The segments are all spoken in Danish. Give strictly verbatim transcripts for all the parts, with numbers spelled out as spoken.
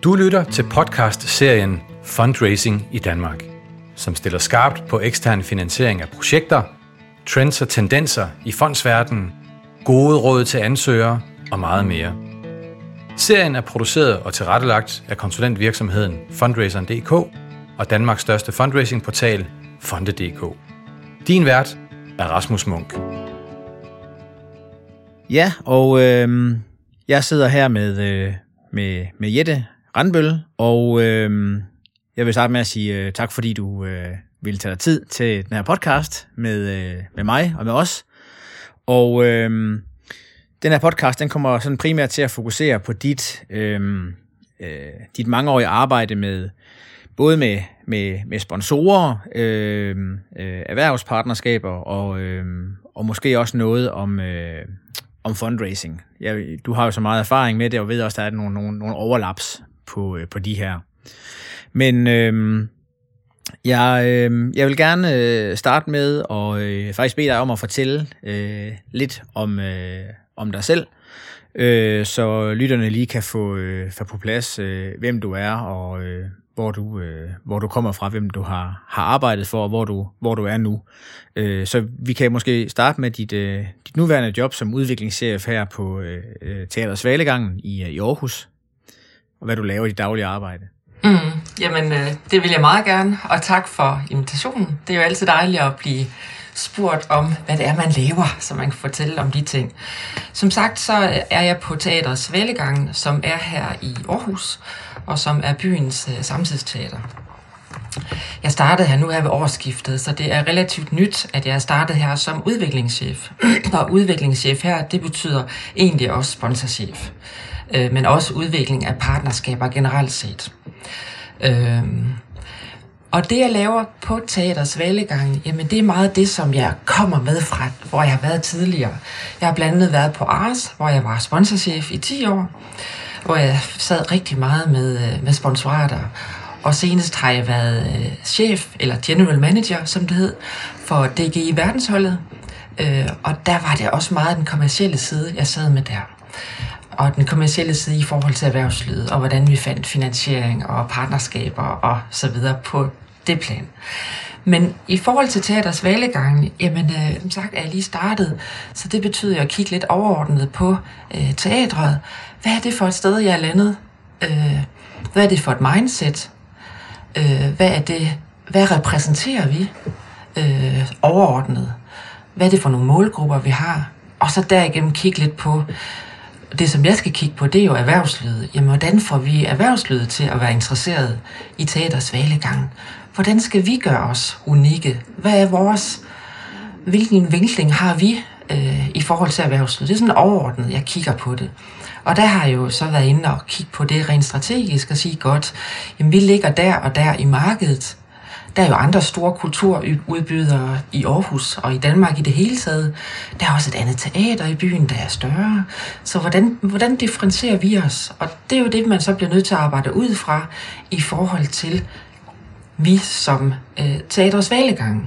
Du lytter til podcast-serien Fundraising i Danmark, som stiller skarpt på ekstern finansiering af projekter, trends og tendenser i fondsverdenen, gode råd til ansøgere og meget mere. Serien er produceret og tilrettelagt af konsulentvirksomheden Fundraiseren punktum d k og Danmarks største fundraisingportal Fonde punktum d k. Din vært er Rasmus Munk. Ja, og øh, jeg sidder her med, øh, med, med Jette Randbøl, og øh, jeg vil starte med at sige øh, tak, fordi du øh, ville tage dig tid til den her podcast med, øh, med mig og med os. Og øh, den her podcast, den kommer sådan primært til at fokusere på dit, øh, øh, dit mangeårige arbejde med både med, med, med sponsorer, øh, øh, erhvervspartnerskaber og, øh, og måske også noget om, øh, om fundraising. Jeg, du har jo så meget erfaring med det, og ved også, at der er nogle, nogle, nogle overlaps på, øh, på de her. Men øh, jeg, øh, jeg vil gerne øh, starte med at øh, faktisk bede dig om at fortælle øh, lidt om, øh, om dig selv, øh, så lytterne lige kan få, øh, få på plads, øh, hvem du er, og øh, hvor du øh, hvor du kommer fra, hvem du har har arbejdet for, og hvor du hvor du er nu. Øh, så vi kan måske starte med dit øh, dit nuværende job som udviklingschef her på øh, Teater Svalegangen i i Aarhus, og hvad du laver i dit daglige arbejde. Mm, jamen, øh, det vil jeg meget gerne, og tak for invitationen. Det er jo altid dejligt at blive spurgt om, hvad det er, man laver, så man kan fortælle om de ting. Som sagt, så er jeg på Teater Svalegangen, som er her i Aarhus, og som er byens øh, samtidsteater. Jeg startede her nu her ved årsskiftet, så det er relativt nyt, at jeg er startet her som udviklingschef. Og udviklingschef her, det betyder egentlig også sponsorchef, øh, men også udvikling af partnerskaber generelt set. Øh, Og det, jeg laver på Teater Svalegangen, jamen det er meget det, som jeg kommer med fra, hvor jeg har været tidligere. Jeg har blandt andet været på Ars, hvor jeg var sponsorchef i ti år, hvor jeg sad rigtig meget med, med sponsorater. Og senest har jeg været chef, eller general manager, som det hed, for D G I Verdensholdet. Og der var det også meget den kommercielle side, jeg sad med der. Og den kommercielle side i forhold til erhvervslivet, og hvordan vi fandt finansiering og partnerskaber og så videre på det plan. Men i forhold til Teater Svalegangen, jamen øh, som sagt er jeg lige startet, så det betyder at kigge lidt overordnet på øh, teatret. Hvad er det for et sted, jeg er landet? Øh, hvad er det for et mindset? Øh, hvad er det? Hvad repræsenterer vi øh, overordnet? Hvad er det for nogle målgrupper, vi har? Og så derigennem kigge lidt på det, som jeg skal kigge på, det er jo erhvervslivet. Jamen, hvordan får vi erhvervslivet til at være interesseret i Teater Svalegangen? Hvordan skal vi gøre os unikke? Hvad er vores, hvilken vinkling har vi øh, i forhold til erhvervslivet? Det er sådan overordnet, jeg kigger på det. Og der har jeg jo så været inde og kigge på det rent strategisk og sige godt, jamen vi ligger der og der i markedet. Der er jo andre store kulturudbydere i Aarhus og i Danmark i det hele taget. Der er også et andet teater i byen, der er større. Så hvordan, hvordan differentierer vi os? Og det er jo det, man så bliver nødt til at arbejde ud fra i forhold til vi som øh, Teater Svalegangen.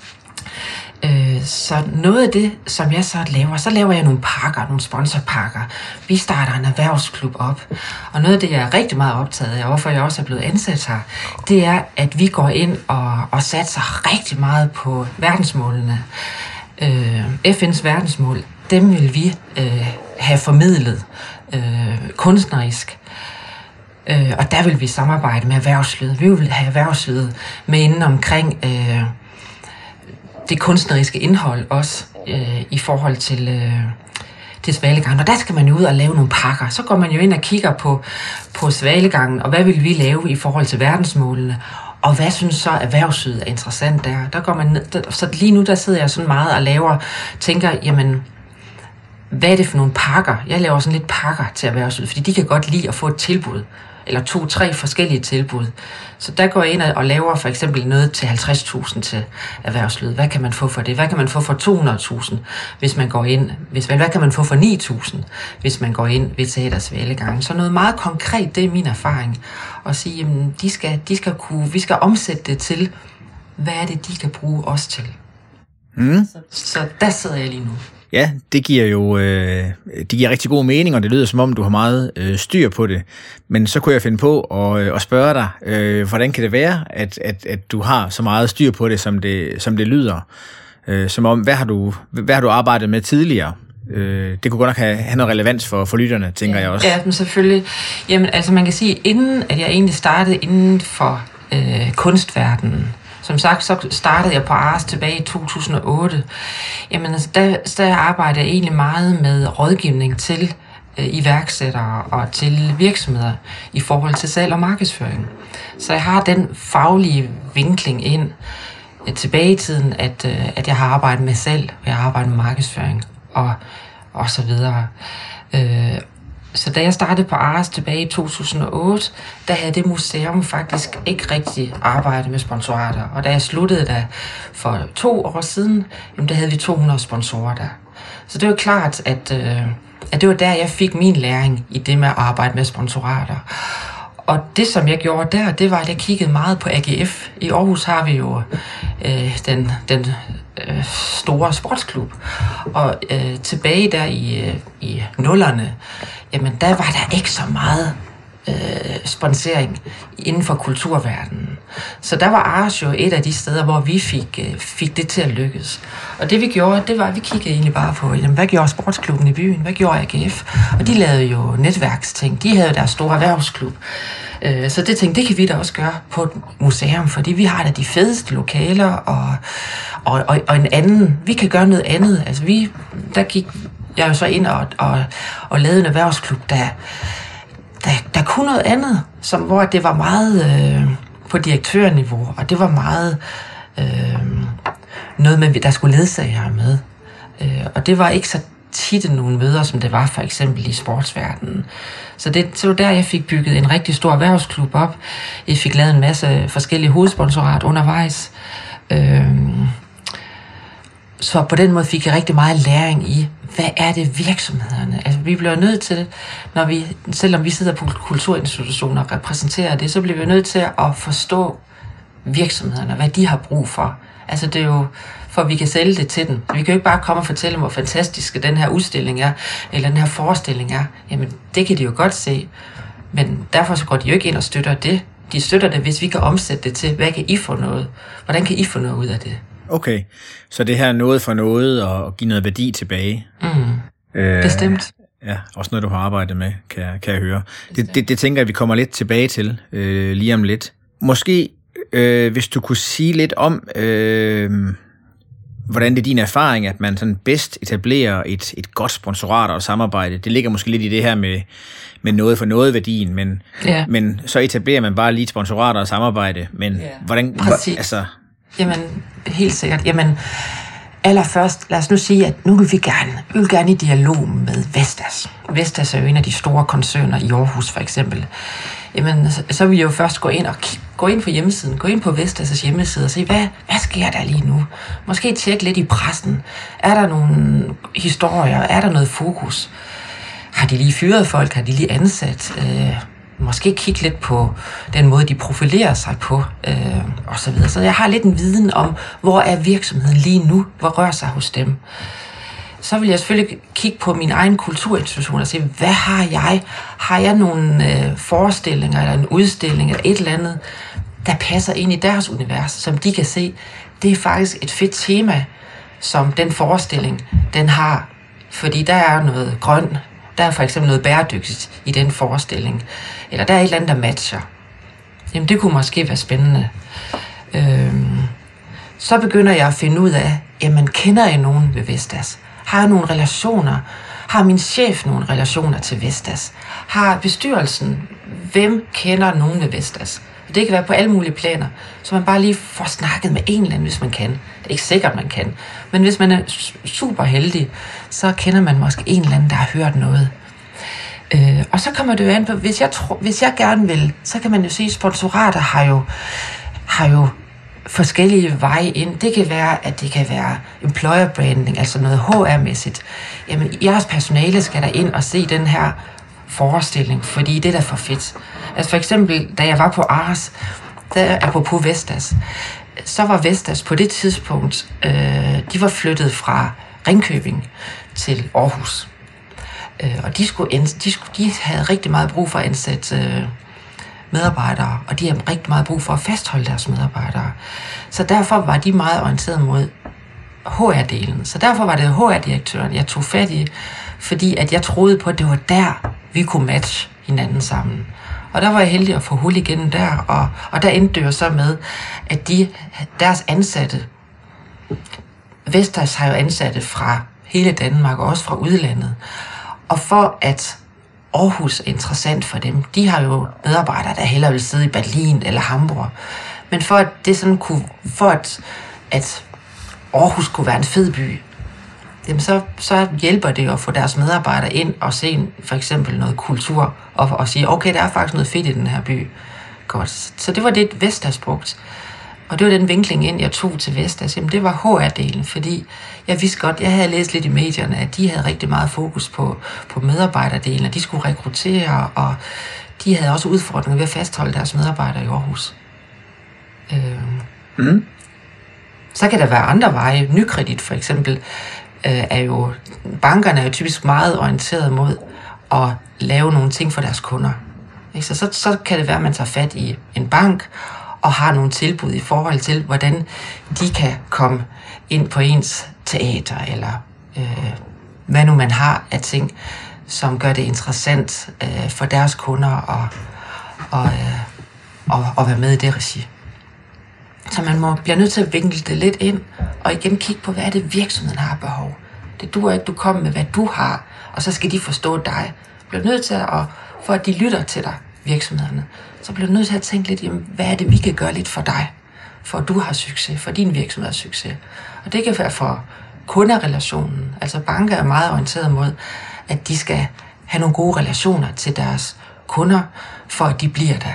Øh, så noget af det, som jeg så laver, så laver jeg nogle pakker, nogle sponsorpakker. Vi starter en erhvervsklub op. Og noget af det, jeg er rigtig meget optaget af, og hvorfor jeg også er blevet ansat her, det er, at vi går ind og, og satser rigtig meget på verdensmålene. Øh, F N's verdensmål, dem vil vi øh, have formidlet øh, kunstnerisk. Øh, og der vil vi samarbejde med erhvervslivet. Vi vil have erhvervslivet med inden omkring øh, det kunstneriske indhold også øh, i forhold til, øh, til Svalegangen. Og der skal man jo ud og lave nogle pakker. Så går man jo ind og kigger på, på Svalegangen, og hvad vil vi lave i forhold til verdensmålene? Og hvad synes så erhvervslivet er interessant der? Der går man ned, der, så lige nu der sidder jeg sådan meget og laver, tænker, jamen, hvad er det for nogle pakker? Jeg laver sådan lidt pakker til erhvervslivet, fordi de kan godt lide at få et tilbud, eller to, tre forskellige tilbud. Så der går jeg ind og laver for eksempel noget til halvtreds tusind til erhvervslivet. Hvad kan man få for det? Hvad kan man få for to hundrede tusind, hvis man går ind? Hvis, hvad kan man få for ni tusind, hvis man går ind ved Teater Svalegangen? Så noget meget konkret, det er min erfaring. At sige, jamen, de skal, de skal kunne, vi skal omsætte det til, hvad er det, de kan bruge os til. Mm. Så, så der sidder jeg lige nu. Ja, det giver jo øh, det giver rigtig god mening, og det lyder som om, du har meget øh, styr på det. Men så kunne jeg finde på at, øh, at spørge dig, øh, hvordan kan det være, at, at, at du har så meget styr på det, som det, som det lyder? Øh, som om, hvad har, du, hvad har du arbejdet med tidligere? Øh, det kunne godt nok have, have noget relevans for, for lytterne, tænker ja, jeg også. Ja, men selvfølgelig. Jamen, altså man kan sige, inden at jeg egentlig startede inden for øh, kunstverdenen, som sagt, så startede jeg på Ares tilbage i to tusind og otte. Jamen, altså, der, der arbejdede jeg egentlig meget med rådgivning til øh, iværksættere og til virksomheder i forhold til salg og markedsføring. Så jeg har den faglige vinkling ind øh, tilbage i tiden, at, øh, at jeg har arbejdet med salg, og jeg har arbejdet med markedsføring og, og så videre. Øh, Så da jeg startede på Ares tilbage i to tusind og otte, der havde det museum faktisk ikke rigtig arbejdet med sponsorater. Og da jeg sluttede der for to år siden, jamen der havde vi to hundrede sponsorer der. Så det var klart, at, øh, at det var der, jeg fik min læring i det med at arbejde med sponsorater. Og det, som jeg gjorde der, det var, at jeg kiggede meget på A G F. I Aarhus har vi jo øh, den, den øh, store sportsklub. Og øh, tilbage der i, øh, i nullerne, jamen der var der ikke så meget øh, sponsering inden for kulturverdenen. Så der var Ares jo et af de steder, hvor vi fik, øh, fik det til at lykkes. Og det vi gjorde, det var, at vi kiggede egentlig bare på, jamen, hvad gjorde sportsklubben i byen? Hvad gjorde A G F? Og de lavede jo netværksting. De havde jo deres store erhvervsklub. Øh, så det tænkte, det kan vi da også gøre på et museum, fordi vi har da de fedeste lokaler og, og, og, og en anden. Vi kan gøre noget andet. Altså vi, der gik jeg jo så ind og, og, og lavede en erhvervsklub, der, der, der kunne noget andet, som, hvor det var meget øh, på direktørniveau, og det var meget øh, noget, med, der skulle ledsagere med. Øh, og det var ikke så tit nogle møder, som det var for eksempel i sportsverdenen. Så det, så der, jeg fik bygget en rigtig stor erhvervsklub op. Jeg fik lavet en masse forskellige hovedsponsorat undervejs. Øh, så på den måde fik jeg rigtig meget læring i, hvad er det virksomhederne? Altså, vi bliver nødt til, når vi, selvom vi sidder på kulturinstitutioner og repræsenterer det, så bliver vi nødt til at forstå virksomhederne, hvad de har brug for. Altså, det er jo, for at vi kan sælge det til dem. Vi kan jo ikke bare komme og fortælle dem, hvor fantastisk den her udstilling er, eller den her forestilling er. Jamen, det kan de jo godt se. Men derfor så går de jo ikke ind og støtter det. De støtter det, hvis vi kan omsætte det til, hvad kan I få noget? Hvordan kan I få noget ud af det? Okay, så det her noget for noget og give noget værdi tilbage. Mm. Øh, Bestemt. Ja, også noget, du har arbejdet med, kan, kan jeg høre. Det, det, det tænker jeg, at vi kommer lidt tilbage til øh, lige om lidt. Måske, øh, hvis du kunne sige lidt om, øh, hvordan det er din erfaring, at man sådan bedst etablerer et, et godt sponsorat og samarbejde. Det ligger måske lidt i det her med, med noget for noget værdien, men, ja. men så etablerer man bare lige et sponsorat og samarbejde. Men ja. hvordan... Præcis. Altså, Jamen, helt sikkert. Jamen, allerførst, lad os nu sige, at nu vil vi gerne, vi vil gerne i dialog med Vestas. Vestas er jo en af de store koncerner i Aarhus, for eksempel. Jamen, så, så vil jeg jo først gå ind og kigge, gå ind på hjemmesiden, gå ind på Vestas' hjemmeside og se, hvad, hvad sker der lige nu? Måske tjekke lidt i pressen. Er der nogle historier? Er der noget fokus? Har de lige fyret folk? Har de lige ansat? Øh, måske kigge lidt på den måde, de profilerer sig på, øh, og så videre. Så jeg har lidt en viden om, hvor er virksomheden lige nu? Hvor rører sig hos dem? Så vil jeg selvfølgelig kigge på min egen kulturinstitution og se, hvad har jeg? Har jeg nogle øh, forestillinger, eller en udstilling, eller et eller andet, der passer ind i deres univers, som de kan se, det er faktisk et fedt tema, som den forestilling, den har. Fordi der er noget grønt, der er for eksempel noget bæredygtigt i den forestilling, eller der er et eller andet, der matcher. Jamen, det kunne måske være spændende. Øhm, så begynder jeg at finde ud af, jamen, kender jeg nogen ved Vestas? Har jeg nogle relationer? Har min chef nogle relationer til Vestas? Har bestyrelsen, hvem kender nogen ved Vestas? Det kan være på alle mulige planer, så man bare lige får snakket med en eller anden, hvis man kan. Det er ikke sikkert, man kan. Men hvis man er super heldig, så kender man måske en eller anden, der har hørt noget. Øh, og så kommer det jo an på, hvis jeg, tro, hvis jeg gerne vil, så kan man jo sige, at sponsorater har jo, har jo forskellige veje ind. Det kan være, at det kan være employer branding, altså noget H R-mæssigt. Jamen, jeres personale skal der ind og se den her forestilling, fordi det er da for fedt. Altså for eksempel, da jeg var på Ares, der apropos Vestas, så var Vestas på det tidspunkt, øh, de var flyttet fra Ringkøbing til Aarhus. Øh, og de, skulle, de, skulle, de havde rigtig meget brug for at ansætte øh, medarbejdere, og de havde rigtig meget brug for at fastholde deres medarbejdere. Så derfor var de meget orienteret mod H R-delen. Så derfor var det H R-direktøren, jeg tog fat i, fordi at jeg troede på, at det var der, vi kunne matche hinanden sammen. Og der var jeg heldig at få hul igennem der, og, og der endte det jo så med, at de, deres ansatte, Vestas har jo ansatte fra hele Danmark, og også fra udlandet. Og for at Aarhus er interessant for dem, de har jo medarbejdere, der hellere vil sidde i Berlin eller Hamburg. Men for at det sådan kunne, for at, at Aarhus kunne være en fed by, jamen så, så hjælper det jo at få deres medarbejdere ind og se for eksempel noget kultur, og, og sige, okay, der er faktisk noget fedt i den her by. Godt. Så det var det, Vestas brugt. Og det var den vinkling ind, jeg tog til Vestas. Jamen det var H R-delen, fordi jeg vidste godt, jeg havde læst lidt i medierne, at de havde rigtig meget fokus på, på medarbejderdelen, og de skulle rekruttere, og de havde også udfordringer ved at fastholde deres medarbejdere i Aarhus. Øh. Mm. Så kan der være andre veje. Nykredit for eksempel øh, er jo, bankerne er jo typisk meget orienteret mod at lave nogle ting for deres kunder. Ikke? Så, så, så kan det være, at man tager fat i en bank og har nogle tilbud i forhold til, hvordan de kan komme ind på ens teater, eller øh, hvad nu man har af ting, som gør det interessant øh, for deres kunder og, og, øh, og, og være med i det regi. Så man må, bliver nødt til at vinkle det lidt ind, og igen kigge på, hvad er det virksomheden har behov. Det duer ikke, du kommer med, hvad du har, og så skal de forstå dig. Du bliver nødt til at, for at de lytter til dig, virksomhederne, så bliver du nødt til at tænke lidt, jamen, hvad er det, vi kan gøre lidt for dig, for at du har succes, for din virksomhed har succes. Og det kan være for kunderelationen. Altså banker er meget orienteret mod, at de skal have nogle gode relationer til deres kunder, for at de bliver der.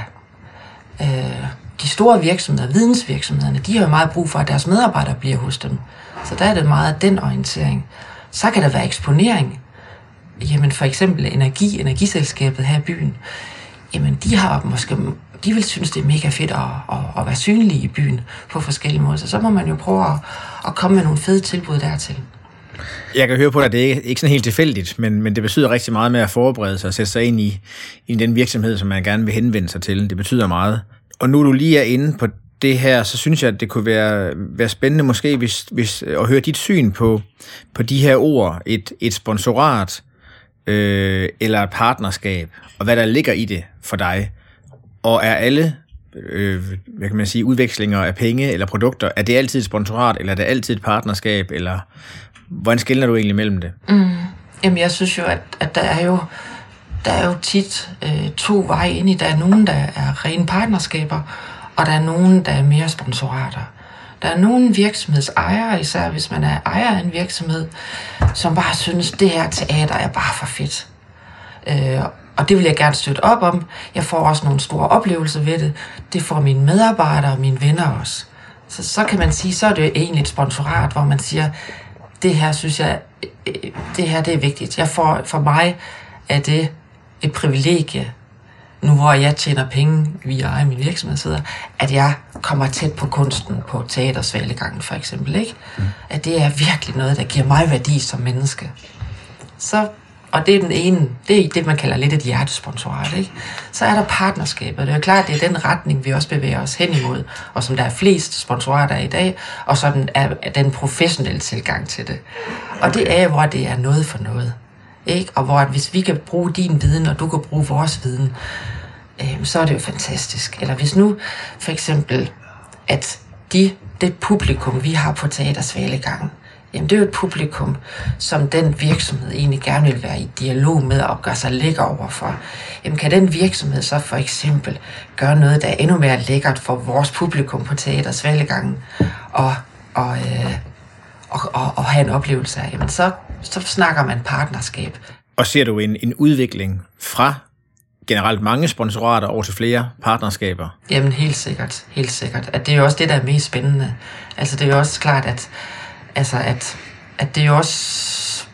Øh, De store virksomheder, vidensvirksomhederne, de har jo meget brug for, at deres medarbejdere bliver hos dem. Så der er det meget den orientering. Så kan der være eksponering. Jamen for eksempel energi, energiselskabet her i byen. Jamen de har måske, de vil synes, det er mega fedt at, at, at være synlige i byen på forskellige måder. Så så må man jo prøve at, at komme med nogle fede tilbud dertil. Jeg kan høre på dig, at det er ikke sådan helt tilfældigt, men, men det betyder rigtig meget med at forberede sig og sætte sig ind i, i den virksomhed, som man gerne vil henvende sig til. Det betyder meget. Og nu du lige er inde på det her, så synes jeg, at det kunne være, være spændende måske hvis, hvis, at høre dit syn på, på de her ord, et, et sponsorat øh, eller et partnerskab, og hvad der ligger i det for dig. Og er alle øh, hvad kan man sige, udvekslinger af penge eller produkter, er det altid et sponsorat, eller er det altid et partnerskab, eller hvordan skelner du egentlig mellem det? Mm. Jamen jeg synes jo, at, at der er jo Der er jo tit øh, to veje ind i. Der er nogen, der er rene partnerskaber, og der er nogen, der er mere sponsorater. Der er nogle virksomhedsejere, især hvis man er ejer af en virksomhed, som bare synes, det her teater er bare for fedt. Øh, og det vil jeg gerne støtte op om. Jeg får også nogle store oplevelser ved det. Det får mine medarbejdere og mine venner også. Så, så kan man sige, så er det egentlig et sponsorat, hvor man siger, det her synes jeg, det her det er vigtigt. Jeg får, for mig er det et privilegie, nu hvor jeg tjener penge via egen min virksomhed, at jeg kommer tæt på kunsten på Teatersvalegangen for eksempel, ikke? Mm. At det er virkelig noget, der giver mig værdi som menneske. Så, og det er den ene, det er det, man kalder lidt et hjertesponsorat, ikke? Så er der partnerskabet. Det er jo klart, det er den retning, vi også bevæger os hen imod, og som der er flest sponsorater i dag, og sådan er den professionelle tilgang til det. Og det er, hvor det er noget for noget. Ikke? Og hvor at hvis vi kan bruge din viden, og du kan bruge vores viden, øh, så er det jo fantastisk. Eller hvis nu for eksempel, at de, det publikum, vi har på Teatersvalegangen, jamen det er jo et publikum, som den virksomhed egentlig gerne vil være i dialog med og gøre sig lækker overfor. Jamen kan den virksomhed så for eksempel gøre noget, der er endnu mere lækkert for vores publikum på Teatersvalegangen, og, og, øh, og, og, og have en oplevelse af, jamen så så snakker man partnerskab. Og ser du en, en udvikling fra generelt mange sponsorater over til flere partnerskaber? Jamen helt sikkert, helt sikkert. At det er jo også det, der er mest spændende. Altså det er jo også klart, at, altså, at, at det er jo også,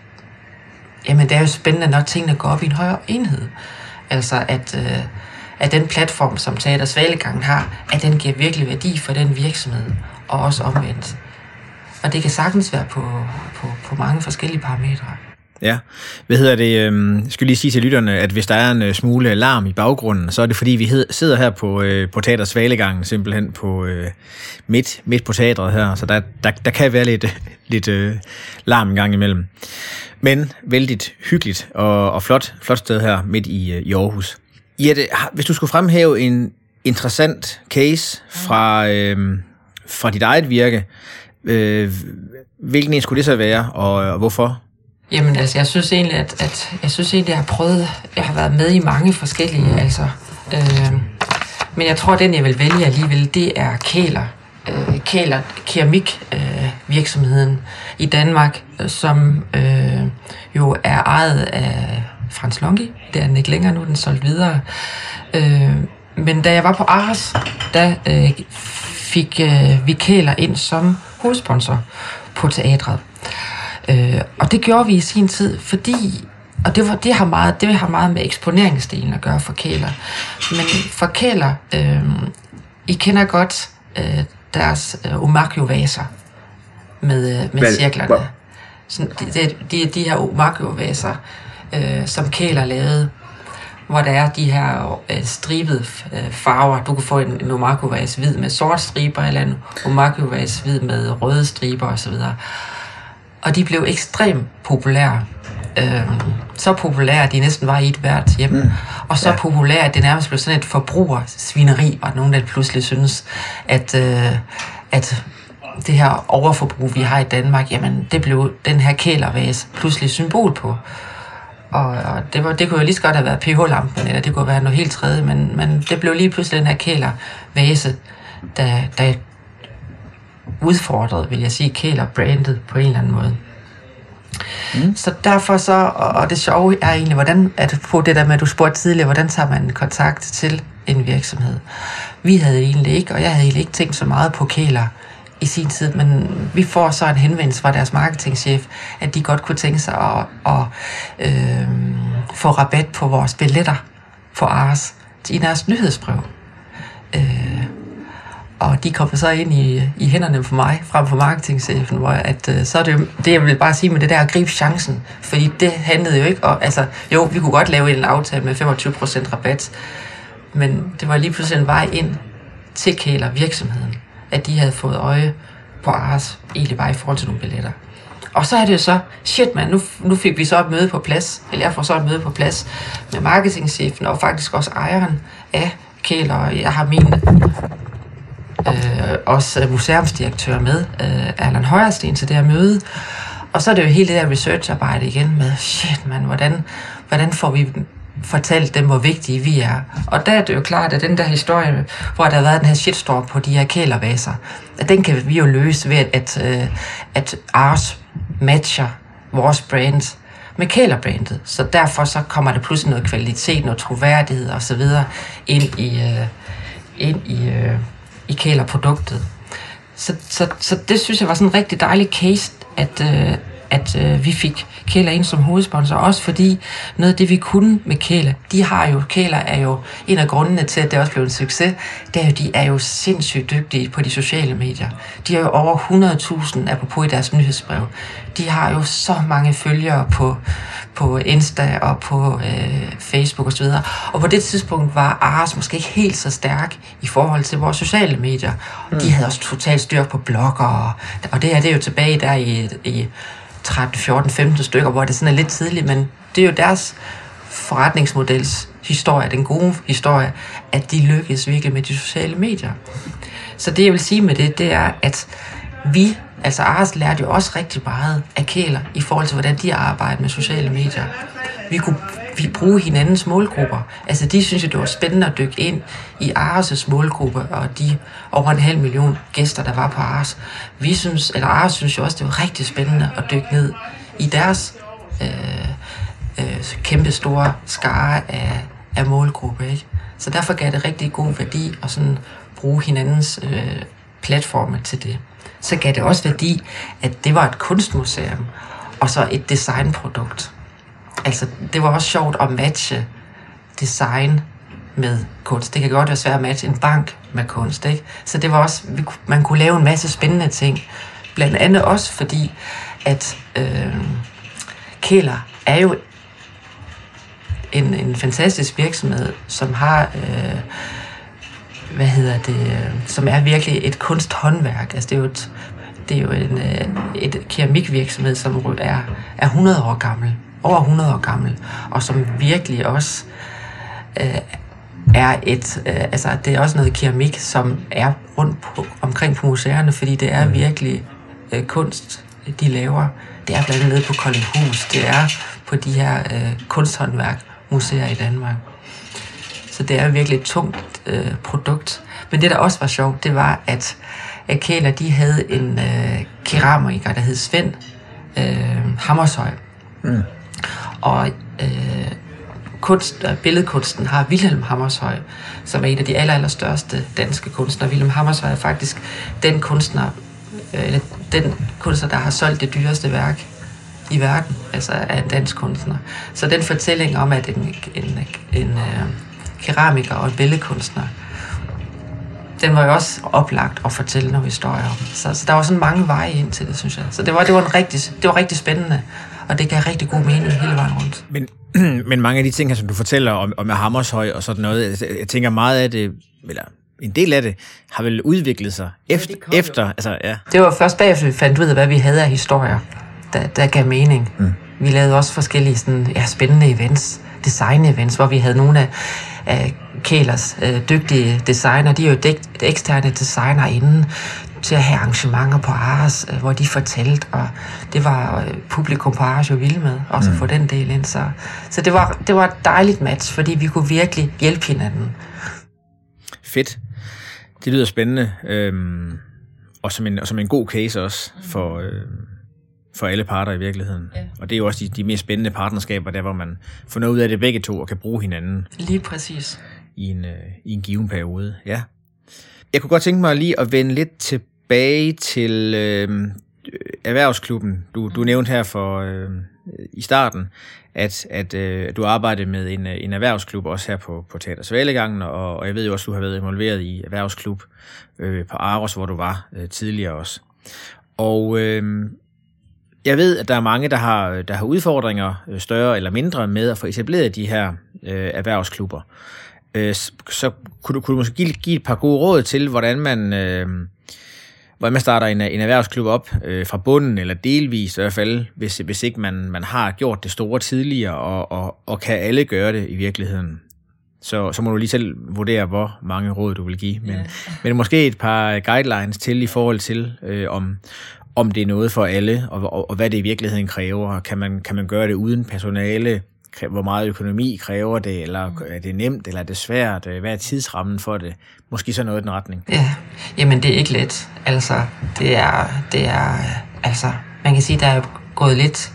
jamen det er jo spændende, når tingene går op i en højere enhed. Altså at, øh, at den platform, som Teatersvalegangen har, at den giver virkelig værdi for den virksomhed, og også omvendt. Og det kan sagtens være på, på, på mange forskellige parametre. Ja, hvad hedder det? Jeg skal lige sige til lytterne, at hvis der er en smule larm i baggrunden, så er det fordi, vi sidder her på, på Teater Svalegangen, simpelthen på midt, midt på teatret her, så der, der, der kan være lidt, lidt uh, larm en gang imellem. Men vældigt hyggeligt og, og flot, flot sted her midt i, i Aarhus. Jette, hvis du skulle fremhæve en interessant case fra, øh, fra dit eget virke, øh, hvilken en skulle det så være, og, og hvorfor? Jamen altså, jeg synes egentlig, at, at jeg synes egentlig, at jeg har prøvet, jeg har været med i mange forskellige, altså. Øh, men jeg tror, at den jeg vil vælge alligevel, det er Kæler. Øh, Kæler keramik øh, virksomheden i Danmark, som øh, jo er ejet af Frans Longi. Det er den ikke længere nu, den solgt videre. Øh, men da jeg var på Ars, der øh, fik øh, vi Kæler ind som hovedsponsor på teatret. Øh, og det gjorde vi i sin tid, fordi, og det, var, det, har meget, det har meget med eksponeringsdelen at gøre for Kæler. Men for Kæler, øh, I kender godt øh, deres øh, omakyo-vaser med, med Vel, cirklerne. Sådan, de, de, de her omakyo-vaser, øh, som Kæler lavede, hvor der er de her øh, stribede øh, farver. Du kan få en, en omakyo-vase hvid med sort striber, eller en omakyo-vase hvid med røde striber osv. Og de blev ekstremt populære. Øh, så populære, at de næsten var i et hvert hjem. Mm. Og så ja. populære, at det nærmest blev sådan et forbrugersvineri, og nogen, der pludselig synes, at, øh, at det her overforbrug, vi har i Danmark, jamen, det blev den her Kælervase pludselig symbol på. Og, og det, var, det kunne jo lige så godt have været P H-lampen, eller det kunne være noget helt tredje, men, men det blev lige pludselig den her Kælervase, der, der udfordret, vil jeg sige, Kæler-brandet på en eller anden måde. Mm. Så derfor så, og det sjove er egentlig, hvordan, at på det der med, at du spurgte tidligere, hvordan tager man kontakt til en virksomhed? Vi havde egentlig ikke, og jeg havde egentlig ikke tænkt så meget på Kæler i sin tid, men vi får så en henvendelse fra deres marketingchef, at de godt kunne tænke sig at, at øh, få rabat på vores billetter på Ars i deres nyhedsbrev. Øh, Og de kom så ind i, i hænderne for mig, frem for marketingchefen, hvor at, uh, så er det jo, det jeg vil bare sige med det der at gribe chancen, fordi det handlede jo ikke, og altså, jo, vi kunne godt lave en aftale med femogtyve procent rabat, men det var lige pludselig en vej ind til Kæler virksomheden, at de havde fået øje på Ars, egentlig bare i forhold til nogle billetter. Og så er det jo så, shit man, nu, nu fik vi så et møde på plads, eller jeg får så et møde på plads med marketingchefen, og faktisk også ejeren af Kæler, og jeg har min Øh, også museumsdirektør med, øh, Erland Højersten, til det her møde. Og så er det jo hele det der researcharbejde igen med, shit man, hvordan, hvordan får vi fortalt dem, hvor vigtige vi er. Og der er det jo klart, at den der historie, hvor der har været den her shitstorm på de her Kælervaser, at den kan vi jo løse ved, at, at, at Ars matcher vores brand med Kælerbrandet. Så derfor så kommer der pludselig noget kvalitet, noget troværdighed og så videre ind i, uh, ind i uh, i Kæler-produktet. Så, så, så det synes jeg var sådan en rigtig dejlig case, at, øh, at øh, vi fik Kæler ind som hovedsponsor, også fordi noget af det, vi kunne med Kæler, de har jo, Kæler er jo en af grundene til, at det også blev en succes, det er jo, de er jo sindssygt dygtige på de sociale medier. De har jo over hundrede tusind apropos i deres nyhedsbrev. De har jo så mange følgere på, på Insta og på øh, Facebook osv. Og på det tidspunkt var Ars måske ikke helt så stærk i forhold til vores sociale medier. Mm. De havde også totalt styr på blogger, og, og det her det er jo tilbage der i, i tretten, fjorten, femten stykker, hvor det sådan er lidt tidligt, men det er jo deres forretningsmodels historie, den gode historie, at de lykkes virkelig med de sociale medier. Så det jeg vil sige med det, det er, at vi, altså Ars lærte jo også rigtig meget af Kæler i forhold til, hvordan de arbejder med sociale medier. Vi kunne vi bruge hinandens målgrupper. Altså de synes jo, det var spændende at dykke ind i Ars' målgruppe, og de over en halv million gæster, der var på Ars. Vi synes, eller Ars synes jo også, det var rigtig spændende at dykke ned i deres øh, øh, kæmpe store skare af, af målgruppe, ikke? Så derfor gav det rigtig god værdi at sådan bruge hinandens øh, platforme til det. Så gav det også værdi, at det var et kunstmuseum, og så et designprodukt. Altså, det var også sjovt at matche design med kunst. Det kan godt være svært at matche en bank med kunst, ikke? Så det var også, man kunne lave en masse spændende ting. Blandt andet også fordi, at øh, Kehler er jo en, en fantastisk virksomhed, som har, øh, hvad hedder det, øh, som er virkelig et kunsthåndværk. Altså det er jo et, det er jo en, øh, et keramikvirksomhed, som er, er hundrede år gammel, over hundrede år gammel, og som virkelig også øh, er et, øh, altså det er også noget keramik, som er rundt på, omkring på museerne, fordi det er virkelig øh, kunst, de laver. Det er blandt andet nede på Koldinghus, det er på de her øh, kunsthåndværkmuseer i Danmark. Så det er virkelig et tungt øh, produkt. Men det, der også var sjovt, det var, at, at Kehler, de havde en øh, keramiker, der hed Svend øh, Hammershøi. Mm. Og øh, kunst, billedkunsten har Wilhelm Hammershøi, som er en af de aller, aller største danske kunstnere. Wilhelm Hammershøi er faktisk den kunstner, eller den kunstner, der har solgt det dyreste værk i verden, altså af en dansk kunstner. Så den fortælling om, at en, en, en uh, keramiker og en billedkunstner, den var jo også oplagt at fortælle nogle historier om. Så, så der var sådan mange veje ind til det, synes jeg. Så det var, det var, en rigtig, det var rigtig spændende, og det gav rigtig god mening hele vejen rundt. Men, men mange af de ting, her, som du fortæller om, om Hammershøi og sådan noget, jeg tænker meget af det, eller en del af det, har vel udviklet sig efter, ja, efter altså, ja. Det var først bagefter, vi fandt ud af, hvad vi havde af historier, der, der gav mening. Mm. Vi lavede også forskellige sådan, ja, spændende events, design-events, hvor vi havde nogle af, af Kehlers øh, dygtige designer. De er jo dæk, eksterne designer inden til at have arrangementer på Ares, øh, hvor de fortalte, og det var øh, publikum på Ares jo vilde med, også mm. at få den del ind. Så, så det, var, det var et dejligt match, fordi vi kunne virkelig hjælpe hinanden. Fedt. Det lyder spændende, øhm, og som en, og som en god case også for, øhm, for alle parter i virkeligheden. Ja. Og det er jo også de, de mest spændende partnerskaber, der hvor man får noget ud af det begge to og kan bruge hinanden. Lige præcis. I en, øh, i en given periode, ja. Jeg kunne godt tænke mig lige at vende lidt tilbage til øh, erhvervsklubben. Du, du nævnte her for øh, i starten, at, at øh, du arbejder med en, en erhvervsklub også her på, på Teater Svalegangen, og, og jeg ved jo også, at du har været involveret i erhvervsklub øh, på Aros, hvor du var øh, tidligere også. Og øh, jeg ved, at der er mange, der har, der har udfordringer, øh, større eller mindre, med at få etableret de her øh, erhvervsklubber. Øh, så kunne du, kunne du måske give, give et par gode råd til, hvordan man... Øh, hvordan man starter en, en erhvervsklub op øh, fra bunden, eller delvis i hvert fald, hvis, hvis ikke man, man har gjort det store tidligere, og, og, og kan alle gøre det i virkeligheden. Så, så må du lige selv vurdere, hvor mange råd du vil give. Men, yeah. men måske et par guidelines til i forhold til, øh, om, om det er noget for alle, og, og, og hvad det i virkeligheden kræver. Kan man, kan man gøre det uden personale? Hvor meget økonomi kræver det, eller er det nemt, eller er det svært? Hvad er tidsrammen for det? Måske så noget i den retning. Ja, jamen det er ikke let. Altså, det er, det er, altså, man kan sige, der er gået lidt,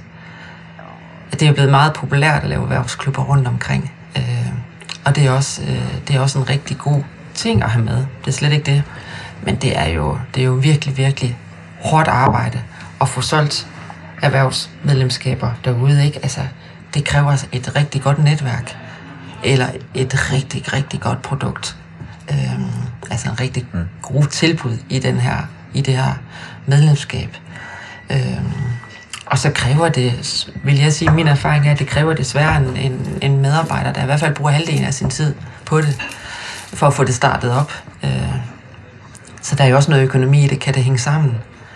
det er blevet meget populært at lave erhvervsklubber rundt omkring. Øh, og det er, også, øh, det er også en rigtig god ting at have med. Det er slet ikke det. Men det er jo, det er jo virkelig, virkelig hårdt arbejde at få solgt erhvervsmedlemskaber derude, ikke? Altså, det kræver et rigtig godt netværk, eller et rigtig, rigtig godt produkt. Øhm, altså en rigtig mm. god tilbud i, den her, i det her medlemskab. Øhm, og så kræver det, vil jeg sige, min erfaring er, at det kræver desværre en, en, en medarbejder, der i hvert fald bruger halvdelen af sin tid på det, for at få det startet op. Øh, så der er jo også noget økonomi i det, kan det hænge sammen.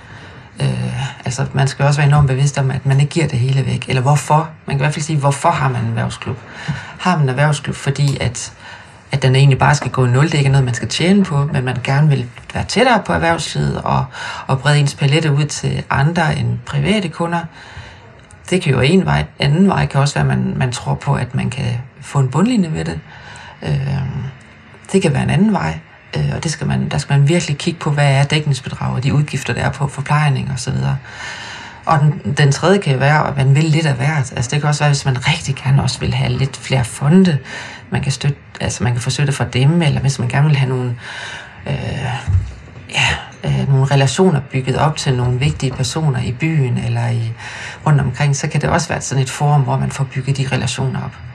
Øh, altså, man skal også være enormt bevidst om, at man ikke giver det hele væk. Eller hvorfor? Man kan i hvert fald sige, hvorfor har man en erhvervsklub? Har man en erhvervsklub, fordi at, at den egentlig bare skal gå i nul. Det er ikke noget, man skal tjene på, men man gerne vil være tættere på erhvervslivet og, og brede ens palette ud til andre end private kunder. Det kan jo en vej. Anden vej kan også være, at man, man tror på, at man kan få en bundlinje ved det. Øh, det kan være en anden vej. Og det skal man, der skal man virkelig kigge på, hvad er dækningsbedrag og de udgifter, der er på forplejning og så videre. Og den, den tredje kan være, at man vil lidt af hvert. Altså det kan også være, hvis man rigtig gerne også vil have lidt flere fonde, man kan støtte, altså man kan få støtte fra dem, eller hvis man gerne vil have nogle, øh, ja, øh, nogle relationer bygget op til nogle vigtige personer i byen eller i, rundt omkring, så kan det også være sådan et forum, hvor man får bygget de relationer op.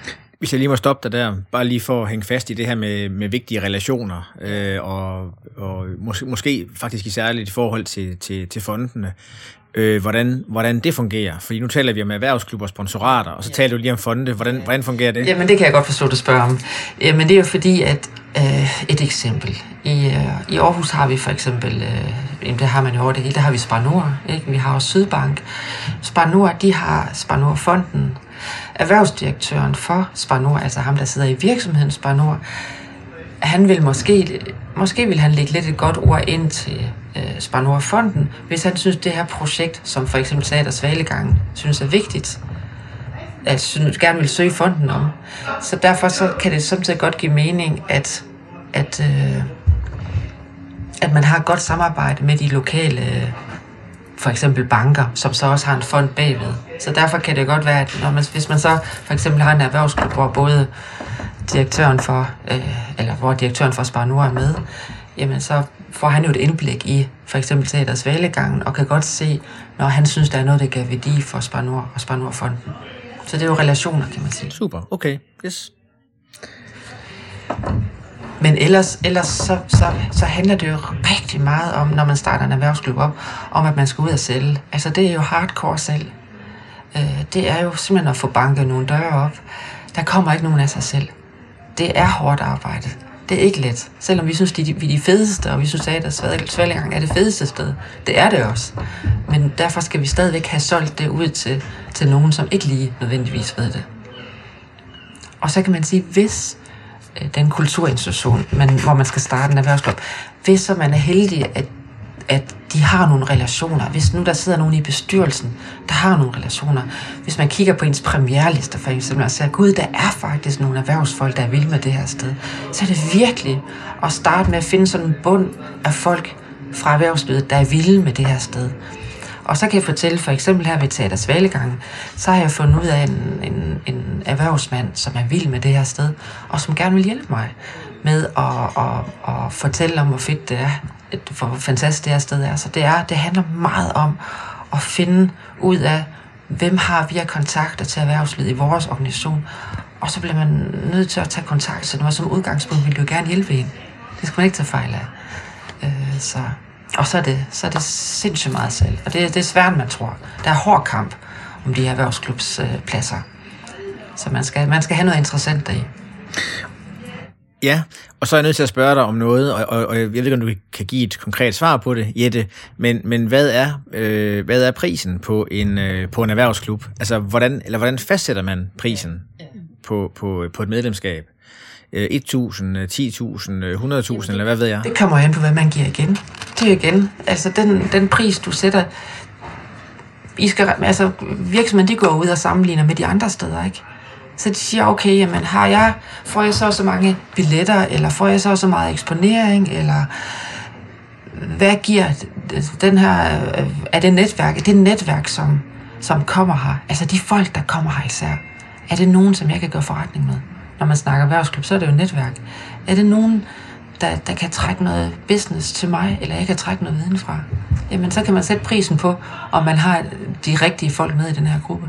Hvis jeg lige må stoppe dig der, bare lige for at hænge fast i det her med, med vigtige relationer, øh, og, og måske, måske faktisk i særligt i forhold til, til, til fondene, øh, hvordan, hvordan det fungerer. Fordi nu taler vi om erhvervsklubber og sponsorater, og så taler du lige om fonde. Hvordan, hvordan fungerer det? Jamen det kan jeg godt forstå, du spørger om. Jamen det er jo fordi, at øh, et eksempel. I, øh, I Aarhus har vi for eksempel, øh, det har man jo over det hele, der har vi Spar Nord, ikke? Vi har også Sydbank. Spar Nord, de har Spar Nord-fonden. Erhvervsdirektøren for Spar Nord, altså ham, der sidder i virksomheden Spar Nord, han vil måske, måske vil han lægge lidt et godt ord ind til øh, Spar Nord-fonden, hvis han synes, det her projekt, som for eksempel Teater Svalegangen, synes er vigtigt, at synes, gerne vil søge fonden om. Så derfor så kan det samtidig godt give mening, at, at, øh, at man har et godt samarbejde med de lokale for eksempel banker, som så også har en fond bagved. Så derfor kan det godt være, at når man, hvis man så for eksempel har en erhvervsklub, hvor både direktøren for, øh, eller hvor direktøren for Spar Nord er med, jamen så får han jo et indblik i for eksempel Teater Svalegangen, og kan godt se, når han synes, der er noget, der giver værdi for Spar Nord og Spar Nord-fonden. Så det er jo relationer, kan man sige. Super, okay, yes. Men ellers, ellers så, så, så handler det jo rigtig meget om, når man starter en erhvervsklub op, om at man skal ud og sælge. Altså det er jo hardcore salg. Øh, det er jo simpelthen at få banket nogle døre op. Der kommer ikke nogen af sig selv. Det er hårdt arbejde. Det er ikke let. Selvom vi synes, de, vi er de fedeste, og vi synes, at Svalegangen er det fedeste sted. Det er det også. Men derfor skal vi stadigvæk have solgt det ud til, til nogen, som ikke lige nødvendigvis ved det. Og så kan man sige, hvis den kulturinstitution, man, hvor man skal starte en erhvervsklub, hvis så man er heldig, at, at de har nogle relationer, hvis nu der sidder nogen i bestyrelsen, der har nogle relationer, hvis man kigger på ens premierlister for eksempel, og siger, gud, der er faktisk nogle erhvervsfolk, der er vilde med det her sted, så er det virkelig at starte med at finde sådan en bund af folk fra erhvervslivet, der er vilde med det her sted. Og så kan jeg fortælle, for eksempel her ved Teater Svalegangen, så har jeg fundet ud af en, en, en erhvervsmand, som er vild med det her sted, og som gerne vil hjælpe mig med at, at, at fortælle om, hvor fedt det er, hvor fantastisk det her sted er. Så det, er, det handler meget om at finde ud af, hvem har vi af kontakter til erhvervslivet i vores organisation, og så bliver man nødt til at tage kontakt til noget, som udgangspunkt vil jo gerne hjælpe en. Det skal man ikke tage fejl af. Øh, så... Og så er det, så er det sindssygt meget salg. Og det, det er svært, end man tror. Der er hård kamp om de her erhvervsklubspladser. Så man skal, man skal have noget interessant deri. Ja, og så er jeg nødt til at spørge dig om noget, og, og, og jeg ved ikke, om du kan give et konkret svar på det, Jette, men, men hvad, er, øh, hvad er prisen på en, øh, på en erhvervsklub? Altså, hvordan, eller hvordan fastsætter man prisen på, på, på et medlemskab? et tusind, ti tusind, hundrede tusind, eller hvad ved jeg? Det kommer an på, hvad man giver igen. Det er igen. Altså, den, den pris, du sætter... I skal, altså, virksomheden, de går ud og sammenligner med de andre steder, ikke? Så de siger, okay, jamen, har jeg, får jeg så så mange billetter, eller får jeg så så meget eksponering, eller hvad giver den her... Er det netværk? Er det netværk, som, som kommer her? Altså, de folk, der kommer her især. Er det nogen, som jeg kan gøre forretning med? Når man snakker erhvervsklub, så er det jo netværk. Er det nogen, der, der kan trække noget business til mig, eller jeg kan trække noget viden fra? Jamen, så kan man sætte prisen på, om man har de rigtige folk med i den her gruppe.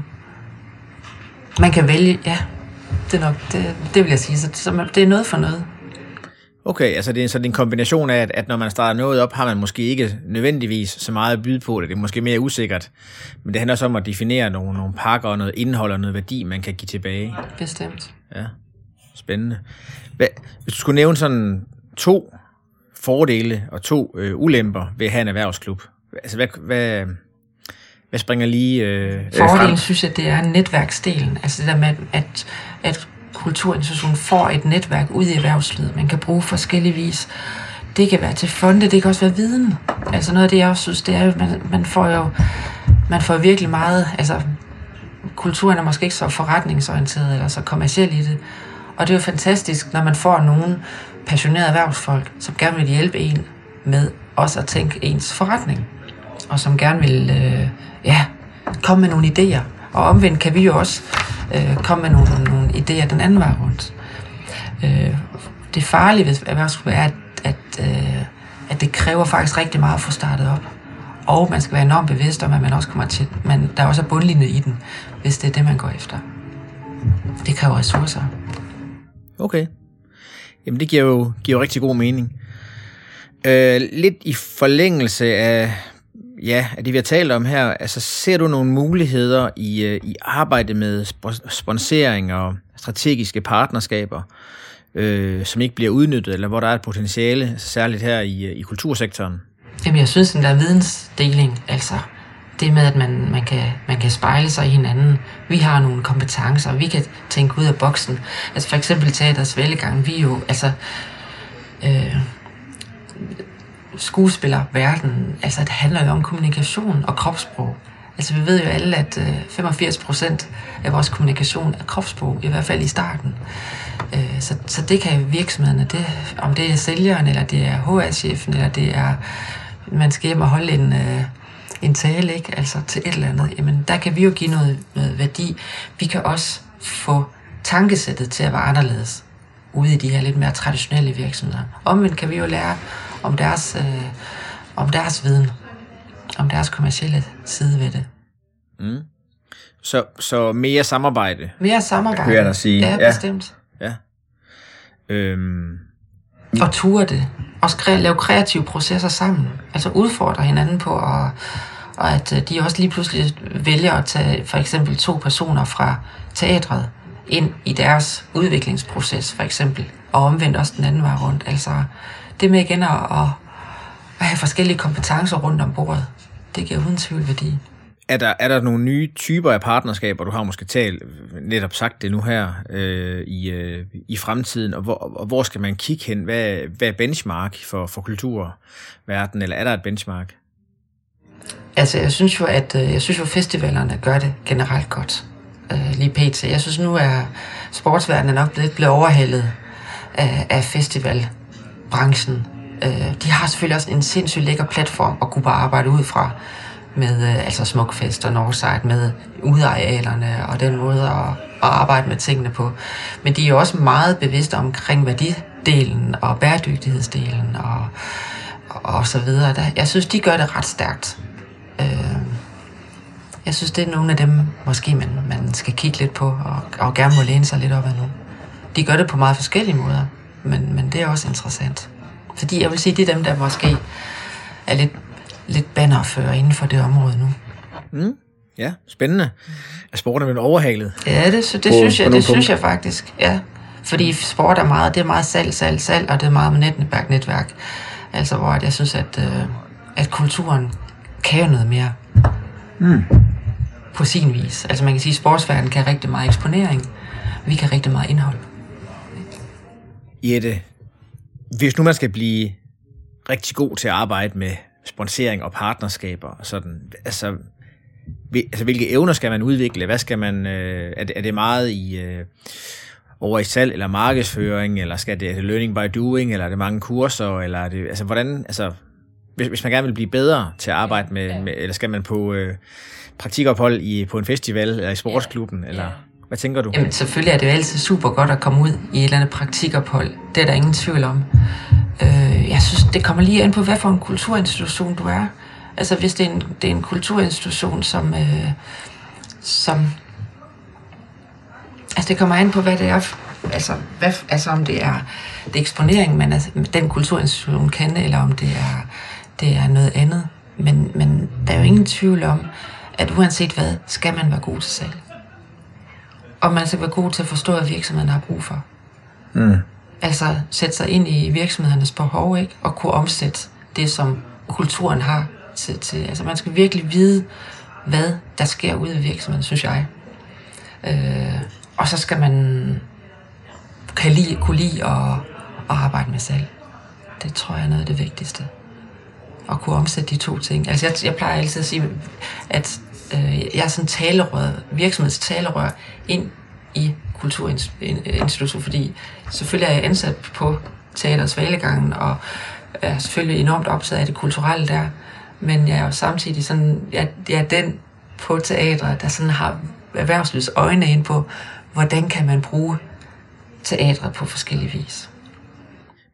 Man kan vælge, ja, det er nok, det, det vil jeg sige, så, så det er noget for noget. Okay, altså det er sådan en kombination af, at, at når man starter noget op, har man måske ikke nødvendigvis så meget at byde på det. Det er måske mere usikkert. Men det handler også om at definere nogle, nogle pakker og noget indhold og noget værdi, man kan give tilbage. Bestemt. Ja, spændende. Hvad, hvis du skulle nævne sådan to fordele og to øh, ulemper ved at have en erhvervsklub, altså hvad, hvad, hvad springer lige øh, Fordelen frem? synes jeg, det er netværksdelen. Altså det der med, at, at kulturinstitutionen får et netværk ud i erhvervslivet. Man kan bruge forskellige vis. Det kan være til fonde, det kan også være viden. Altså noget af det, jeg også synes, det er jo, man, man får jo man får virkelig meget, altså kulturen er måske ikke så forretningsorienteret eller så kommerciel i det. Og det er jo fantastisk, når man får nogle passionerede erhvervsfolk, som gerne vil hjælpe en med også at tænke ens forretning. Og som gerne vil øh, ja, komme med nogle idéer. Og omvendt kan vi jo også øh, komme med nogle, nogle idéer den anden vej rundt. Øh, det farlige ved erhvervsklub er, at, at, øh, at det kræver faktisk rigtig meget at få startet op. Og man skal være enormt bevidst om, at man også kommer til, men der er også bundlinje i den, hvis det er det, man går efter. det kræver ressourcer. Okay. Jamen, det giver jo, giver jo rigtig god mening. Øh, lidt i forlængelse af, ja, af det, vi har talt om her, altså ser du nogle muligheder i, i arbejdet med sponsering og strategiske partnerskaber, øh, som ikke bliver udnyttet, eller hvor der er et potentiale, altså særligt her i, i kultursektoren? Jamen, jeg synes, at der er vidensdeling, altså det med, at man, man, kan, man kan spejle sig i hinanden. Vi har nogle kompetencer, og vi kan tænke ud af boksen. Altså for eksempel Teatrets Vællegang, vi er jo, altså øh, skuespillerverden, altså det handler jo om kommunikation og kropssprog. Altså vi ved jo alle, at øh, femogfirs procent af vores kommunikation er kropssprog, i hvert fald i starten. Øh, så, så det kan virksomhederne, det, om det er sælgeren, eller det er H R-chefen, eller det er, man skal hjem og holde en, øh, en tale, ikke? Altså til et eller andet, jamen der kan vi jo give noget, noget værdi. Vi kan også få tankesættet til at være anderledes ude i de her lidt mere traditionelle virksomheder. Omvendt kan vi jo lære om deres, øh, om deres viden, om deres kommercielle side ved det. Mm. Så, så mere samarbejde? Mere samarbejde. Hører jeg dig sige. Ja, bestemt. Ja. Øhm. Og ture det. Også kre- lave kreative processer sammen. Altså udfordre hinanden på, og, og at de også lige pludselig vælger at tage for eksempel to personer fra teatret ind i deres udviklingsproces, for eksempel. Og omvendt også den anden vej rundt. Altså det med igen at, at have forskellige kompetencer rundt om bordet, det giver uden tvivl værdi. Er der, er der nogle nye typer af partnerskaber, du har måske talt, netop sagt det nu her, øh, i, øh, i fremtiden, og hvor, og hvor skal man kigge hen? Hvad, hvad er benchmark for, for kulturverdenen, eller er der et benchmark? Altså, jeg synes jo, at jeg synes jo, festivalerne gør det generelt godt, øh, lige pt. Jeg synes nu, at sportsverdenen er nok blevet, blevet overhældet af, af festivalbranchen. Øh, de har selvfølgelig også en sindssygt lækker platform at kunne bare arbejde ud fra, med altså Smukfest og Northside, med udearealerne og den måde at, at arbejde med tingene på. Men de er jo også meget bevidste omkring værdidelen og bæredygtighedsdelen og, og så videre. Jeg synes, de gør det ret stærkt. Jeg synes, det er nogle af dem, måske man, man skal kigge lidt på og, og gerne må læne sig lidt op ad nu. De gør det på meget forskellige måder, men, men det er også interessant. Fordi jeg vil sige, det er dem, der måske er lidt lidt bannerfører inden for det område nu. Mm, ja, spændende. Er sporten blevet overhalet? Ja, det, det, det, synes, jeg, det synes jeg faktisk. Ja. Fordi sport er meget, det er meget salg, salg, salg, og det er meget med netværk, netværk. Altså, hvor jeg synes, at, øh, at kulturen kan jo noget mere. Mm. På sin vis. Altså, man kan sige, at sportsverdenen kan rigtig meget eksponering. Vi kan rigtig meget indhold. Jette, hvis nu man skal blive rigtig god til at arbejde med sponsering og partnerskaber og sådan, altså, altså hvilke evner skal man udvikle? Hvad skal man, øh, er, det, er det meget i øh, over i salg eller markedsføring, eller skal det, er det learning by doing, eller er det mange kurser, eller er det, altså hvordan, altså hvis, hvis man gerne vil blive bedre til at arbejde med, med eller skal man på øh, praktikophold i, på en festival, eller i sportsklubben, eller hvad tænker du? Jamen selvfølgelig er det jo altid super godt at komme ud i et eller andet praktikophold, det er der ingen tvivl om. Øh, jeg synes, det kommer lige ind på, hvad for en kulturinstitution du er. Altså, hvis det er en, det er en kulturinstitution, som, øh, som... Altså, det kommer an på, hvad det er. Altså, hvad, altså om det er, det er eksponering, man altså, den kulturinstitution kan, eller om det er, det er noget andet. Men, men der er jo ingen tvivl om, at uanset hvad, skal man være god til salg. Og man skal være god til at forstå, hvad virksomheden har brug for. Mm. Altså sætte sig ind i virksomhedernes behov, ikke? Og kunne omsætte det, som kulturen har til, til. Altså man skal virkelig vide, hvad der sker ude i virksomheden, synes jeg. Øh, og så skal man kan lide, kunne lide at, at arbejde med salg. Det tror jeg er noget af det vigtigste. At kunne omsætte de to ting. Altså jeg, jeg plejer altid at sige, at øh, jeg er sådan talerør, virksomheds talerør ind i kulturinstitution, fordi selvfølgelig er jeg ansat på Teatrets Vællegang, og er selvfølgelig enormt optaget af det kulturelle der, men jeg er jo samtidig sådan, jeg, jeg er den på teatret, der sådan har erhvervslivets øjne ind på, hvordan kan man bruge teatret på forskellige vis.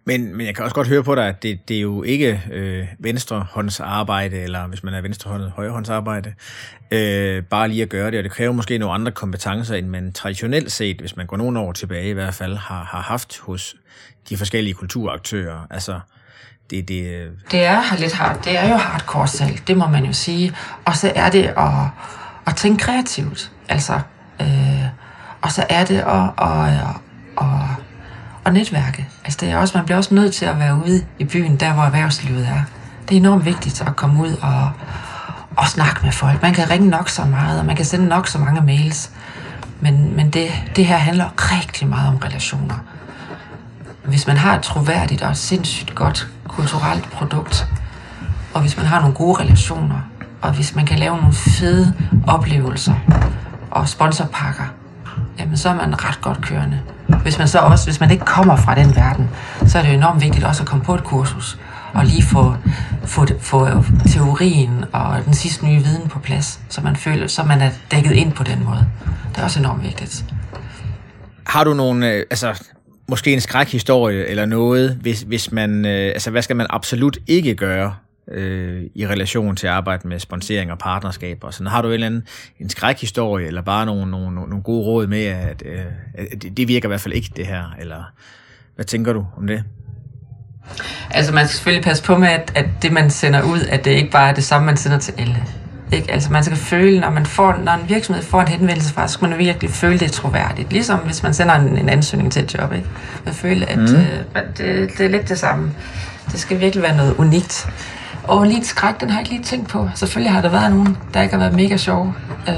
Men, men jeg kan også godt høre på dig, at det, det er jo ikke øh, venstrehåndsarbejde, eller hvis man er venstrehånds højrehåndsarbejde, øh, bare lige at gøre det, og det kræver måske nogle andre kompetencer, end man traditionelt set, hvis man går nogle år tilbage i hvert fald, har, har haft hos de forskellige kulturaktører. Altså, det, det, det er lidt hardt. Det er jo hardcore selv, det må man jo sige. Og så er det at, at tænke kreativt, altså. Øh, og så er det at, at, at, at netværke. Altså, det er også, man bliver også nødt til at være ude i byen, der hvor erhvervslivet er. Det er enormt vigtigt at komme ud og, og snakke med folk. Man kan ringe nok så meget, og man kan sende nok så mange mails. Men, men det, det her handler rigtig meget om relationer. Hvis man har et troværdigt og et sindssygt godt kulturelt produkt, og hvis man har nogle gode relationer, og hvis man kan lave nogle fede oplevelser og sponsorpakker, jamen så er man ret godt kørende. Hvis man så også, hvis man ikke kommer fra den verden, så er det enormt vigtigt også at komme på et kursus og lige få, få, få teorien og den sidste nye viden på plads, så man føler, så man er dækket ind på den måde. Det er også enormt vigtigt. Har du nogle, altså måske en skrækhistorie eller noget, hvis, hvis man, altså hvad skal man absolut ikke gøre øh, i relation til at arbejde med sponsering og partnerskaber og sådan? Har du en eller anden en skrækhistorie eller bare nogle, nogle, nogle gode råd med, at, øh, at det virker i hvert fald ikke det her, eller hvad tænker du om det? Altså man skal selvfølgelig passe på med, at, at det man sender ud, at det ikke bare er det samme, man sender til alle. Ikke? Altså man skal føle, når man får, når en virksomhed får en henvendelse fra, så skal man virkelig føle, det er troværdigt. Ligesom hvis man sender en, en ansøgning til et job, ikke? Man føler, at, mm. øh, at det, det er lidt det samme. Det skal virkelig være noget unikt. Og lige et skræk, den har jeg ikke lige tænkt på. Selvfølgelig har der været nogen, der ikke har været mega sjove. Øh,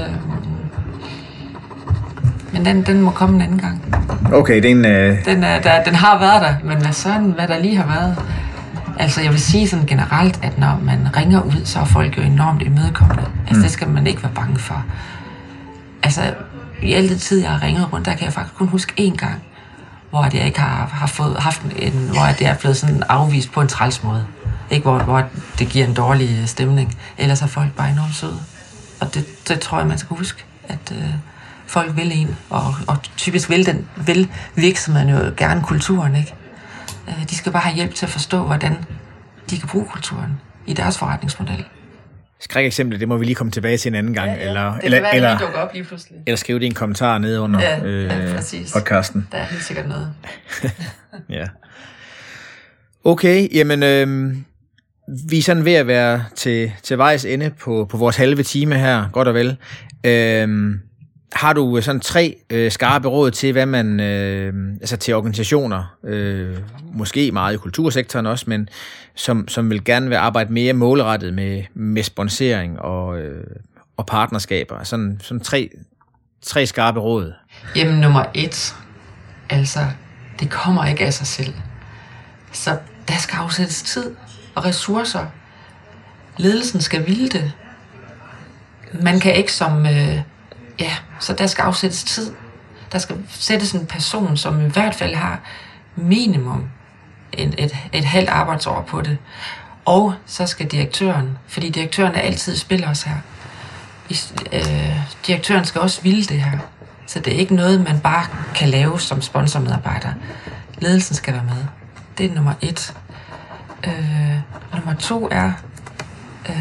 men den, den må komme en anden gang. Okay, den... Øh... Den, er, der, den har været der, men hvad sådan, hvad der lige har været... Altså, jeg vil sige sådan generelt, at når man ringer ud, så er folk jo enormt imødekommende. Altså, mm. det skal man ikke være bange for. Altså, i al den tid, jeg har ringet rundt, der kan jeg faktisk kun huske én gang, hvor jeg ikke har, har fået, haft en, hvor det er blevet sådan afvist på en træls måde. Ikke hvor, hvor det giver en dårlig stemning. Ellers er folk bare enormt søde. Og det, det tror jeg, man skal huske, at øh, folk vil en. Og, og typisk vil, den, vil virksomheden jo gerne kulturen, ikke? De skal bare have hjælp til at forstå, hvordan de kan bruge kulturen i deres forretningsmodel. Skrækeksemplet, det må vi lige komme tilbage til en anden gang. Ja, ja. Eller, det eller, kan være, eller, det lige dukker op lige pludselig. Eller skrive det i en kommentar nede under ja, øh, ja, podcasten. Der er helt sikkert noget. Ja. Okay, jamen øh, vi er sådan ved at være til, til vejs ende på, på vores halve time her, godt og vel. Øh, Har du sådan tre øh, skarpe råd til, hvad man, øh, altså til organisationer, øh, måske meget i kultursektoren også, men som, som vil gerne vil arbejde mere målrettet med, med sponsering og, øh, og partnerskaber? Sådan, sådan tre, tre skarpe råd. Jamen nummer et, altså det kommer ikke af sig selv. Så der skal afsættes tid og ressourcer. Ledelsen skal ville det. Man kan ikke som... Øh, Ja, så der skal afsættes tid. Der skal sættes en person, som i hvert fald har minimum et, et, et halvt arbejdsår på det. Og så skal direktøren, fordi direktøren er altid spiller os her. I, øh, direktøren skal også ville det her. Så det er ikke noget, man bare kan lave som sponsormedarbejder. Ledelsen skal være med. Det er nummer et. Øh, nummer to er... Øh,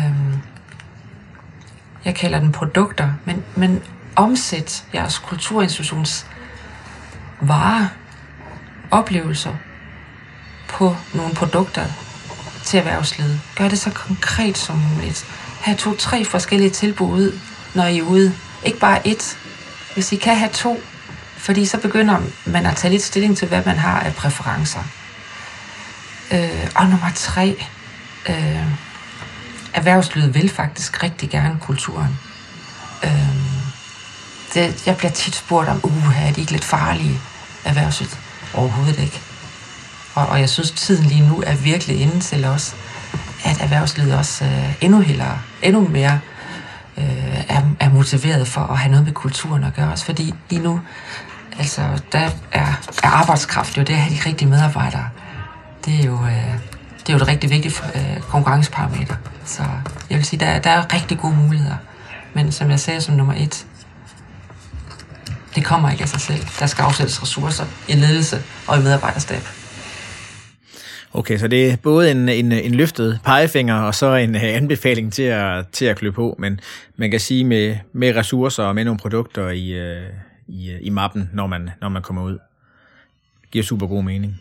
jeg kalder den produkter, men, men omsæt jeres kulturinstitutions varer, oplevelser på nogle produkter til erhvervslivet. Gør det så konkret som muligt. Ha' to-tre forskellige tilbud, når I er ude. Ikke bare et. Hvis I kan have to, fordi så begynder man at tage lidt stilling til, hvad man har af præferencer. Øh, og nummer tre... Øh, Erhvervslivet vil faktisk rigtig gerne kulturen. Øhm, det, jeg bliver tit spurgt om, uh, er de ikke lidt farlige, erhvervslivet? Overhovedet ikke. Og, og jeg synes, tiden lige nu er virkelig inde til os, at erhvervslivet også øh, endnu hellere, endnu mere øh, er, er motiveret for at have noget med kulturen at gøre. Også fordi lige nu, altså, der er, er arbejdskraft jo det er de rigtige medarbejdere. Det er jo... Øh, Det er jo et rigtig vigtigt øh, konkurrenceparameter. Så jeg vil sige, der, der er rigtig gode muligheder. Men som jeg sagde som nummer et, det kommer ikke af sig selv. Der skal afsættes ressourcer i ledelse og i medarbejderstab. Okay, så det er både en, en, en løftet pegefinger og så en anbefaling til at, til at klø på, men man kan sige med, med ressourcer og med nogle produkter i, i, i mappen, når man, når man kommer ud. Det giver super god mening.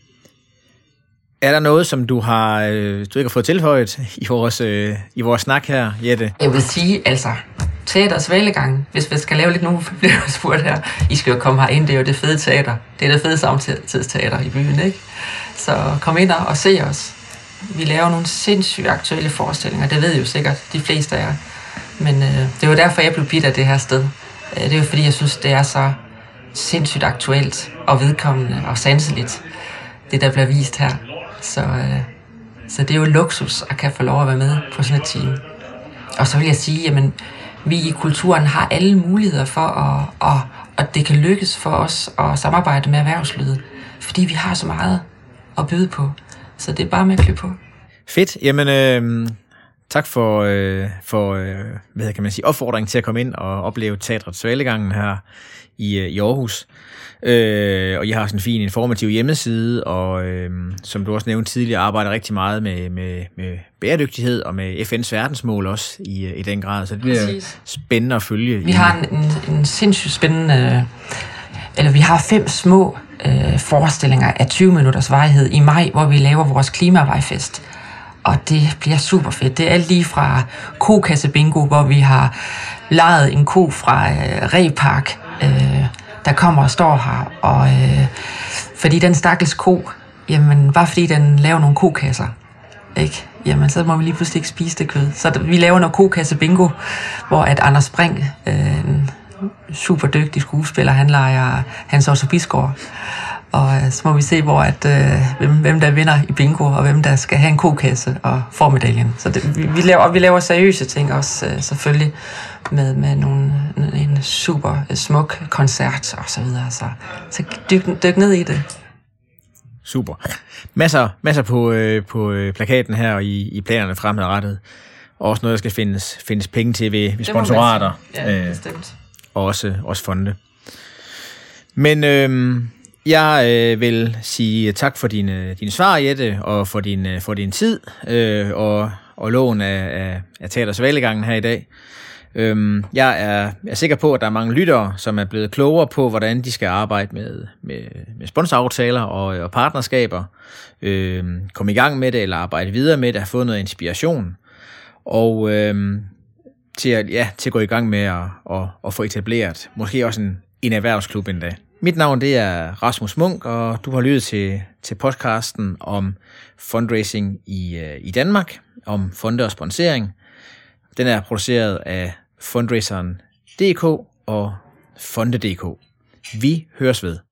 Er der noget, som du har øh, du ikke har fået tilføjet i vores, øh, i vores snak her, Jette? Jeg vil sige, altså, teaters Svalegangen, hvis vi skal lave lidt nu, bliver jeg spurgt her, I skal jo komme herind, det er jo det fede teater. Det er det fede samtidsteater i byen, ikke? Så kom ind og se os. Vi laver nogle sindssygt aktuelle forestillinger, det ved I jo sikkert, de fleste af jer. Men øh, det er jo derfor, jeg blev bidt af det her sted. Det er jo fordi, jeg synes, det er så sindssygt aktuelt og vedkommende og sanseligt, det der bliver vist her. Så, øh, så det er jo luksus at kan få lov at være med på sådan et team. Og så vil jeg sige, jamen, vi i kulturen har alle muligheder for, at, at, at det kan lykkes for os at samarbejde med erhvervslivet, fordi vi har så meget at byde på. Så det er bare med at klø på. Fedt. Jamen, øh, tak for, øh, for øh, hvad kan man sige, opfordringen til at komme ind og opleve Teatret Svalegangen her i, i Aarhus. Øh, og jeg har sådan en fin informativ hjemmeside, og øh, som du også nævnte tidligere, arbejder rigtig meget med, med, med bæredygtighed og med F N's verdensmål også i, i den grad. Så det bliver Præcis. spændende at følge. Vi har en, en, en sindssygt spændende, eller vi har fem små øh, forestillinger af tyve minutters varighed i maj, hvor vi laver vores klimavejfest. Og det bliver super fedt. Det er lige fra kokasse bingo, hvor vi har lejet en ko fra øh, Repark, øh, der kommer og står her, og øh, fordi den stakkels ko, jamen bare fordi den laver nogle kokasser, ikke? Jamen så må vi lige pludselig ikke spise det kød. Så vi laver noget kokasse bingo, hvor at Anders Brink, øh, en super dygtig skuespiller, han leger Hans Otto Bisgaard. Og øh, så må vi se, hvor at, øh, hvem, hvem der vinder i bingo, og hvem der skal have en kokasse og får medaljen. Så det, vi, vi, laver, og vi laver seriøse ting også, øh, selvfølgelig, med, med nogle, en super smuk koncert og så videre. Så, så dyk, dyk ned i det. Super. Masser, masser på, øh, på plakaten her og i, i planerne fremadrettet. Og også noget, der skal findes, findes penge til ved, ved sponsorater. Ja, bestemt. Og også, også fonde. Men øh, jeg øh, vil sige tak for dine, dine svar, Jette, og for din, for din tid, øh, og, og loven af, af, af Teater Svalegangen her i dag. Øhm, jeg er, er sikker på, at der er mange lyttere, som er blevet klogere på, hvordan de skal arbejde med, med, med sponsoraftaler og, og partnerskaber. Øhm, komme i gang med det, eller arbejde videre med det, have fået noget inspiration. Og øhm, til, at, ja, til at gå i gang med at, at, at få etableret måske også en, en erhvervsklub endda. Mit navn det er Rasmus Munk, og du har lyttet til, til podcasten om fundraising i, i Danmark, om fonde og sponsering. Den er produceret af fundraiseren punktum d k og fonde punktum d k. Vi høres ved.